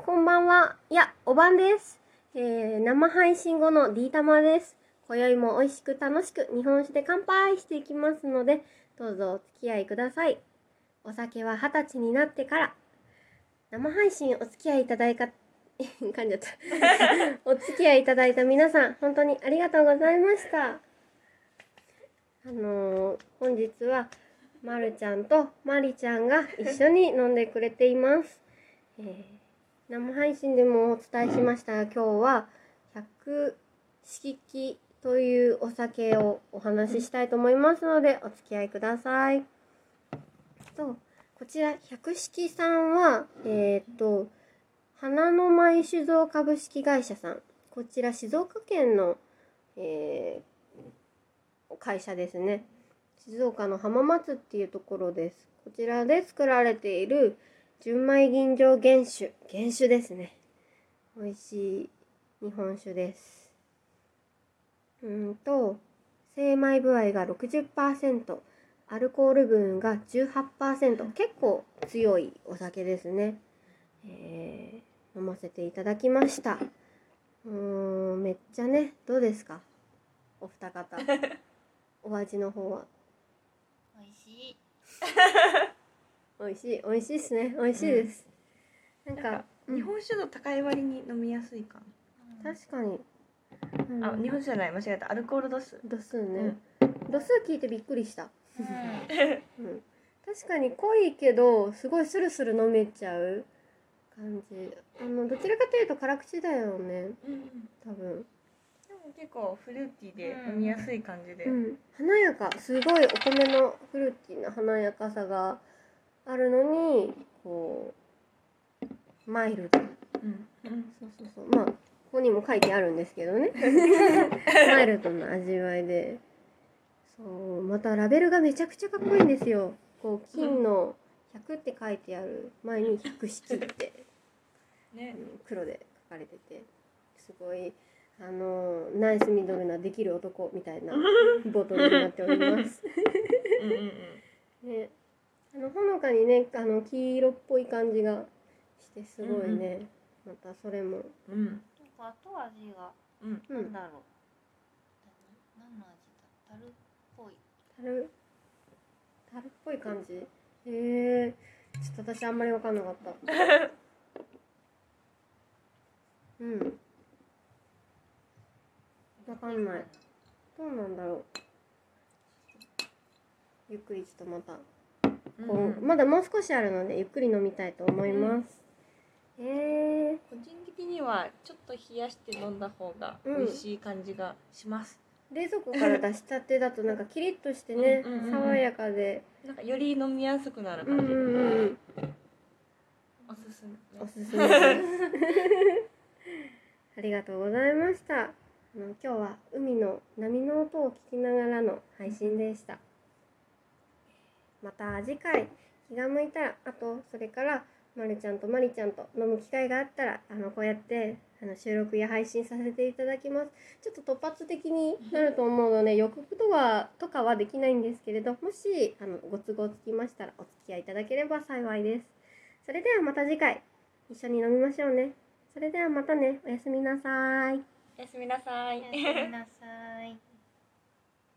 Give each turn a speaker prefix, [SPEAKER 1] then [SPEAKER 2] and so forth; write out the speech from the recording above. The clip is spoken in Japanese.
[SPEAKER 1] こんばんは。いや、おばんです。生配信後の D 玉です。今宵も美味しく楽しく日本酒で乾杯していきますので、どうぞお付き合いください。お酒は20歳になってから。生配信お付き合いいただいた噛んじゃったお付き合いいただいた皆さん、本当にありがとうございました。本日はまるちゃんとまりちゃんが一緒に飲んでくれています。生配信でもお伝えしましたが、今日は百式というお酒をお話ししたいと思いますのでお付き合いください。こちら百式さんは花の舞酒造株式会社さん、こちら静岡県の、会社ですね。静岡の浜松っていうところです。こちらで作られている純米吟醸原酒ですね。美味しい日本酒です。精米部合が 60%、アルコール分が 18%、結構強いお酒ですね。飲ませていただきました。めっちゃね、どうですかお二方お味の方は。
[SPEAKER 2] 美味しい
[SPEAKER 1] 美味しいですね。美味しいです。なんか
[SPEAKER 3] 日本酒の高い割に飲みやすいか
[SPEAKER 1] な。確かに。
[SPEAKER 3] あ、日本酒じゃない、間違えた。アルコール度数
[SPEAKER 1] ね。度数聞いてびっくりした。確かに濃いけどすごいスルスル飲めちゃう感じ。どちらかというと辛口だよね。多分。
[SPEAKER 3] でも結構フルーティーで飲みやすい感じで。
[SPEAKER 1] 華やか、すごいお米のフルーティーな華やかさがあるのに、こうマイルド。そう。まあここにも書いてあるんですけどね。マイルドな味わいで。そうまたラベルがめちゃくちゃかっこいいんですよ。こう金の100って書いてある前に100式って黒で書かれてて、すごいナイスミドルなできる男みたいなボトルになっておりますね。ほのかにね黄色っぽい感じがしてすごいね、またそれも
[SPEAKER 2] なんか後味がなんだろう、何の味だ、樽っぽい
[SPEAKER 1] 樽っぽい感じ。ちょっと私あんまり分かんなかった分かんない。どうなんだろう。ゆっくりちょっとまたまだもう少しあるのでゆっくり飲みたいと思います。
[SPEAKER 3] 個人的にはちょっと冷やして飲んだ方が美味しい感じがします。
[SPEAKER 1] 冷蔵庫から出したてだとなんかキリッとしてね、爽やかで
[SPEAKER 3] なんかより飲みやすくなる感じで、おすすめ
[SPEAKER 1] ですありがとうございました。今日は海の波の音を聞きながらの配信でした。また次回気が向いたら、それからまるちゃんとまりちゃんと飲む機会があったらこうやって収録や配信させていただきます。ちょっと突発的になると思うので予告とかはできないんですけれど、もしご都合つきましたらお付き合いいただければ幸いです。それではまた次回一緒に飲みましょうね。それではまたね。おやすみなさい。
[SPEAKER 3] おやすみなさい。
[SPEAKER 2] おやすみなさい。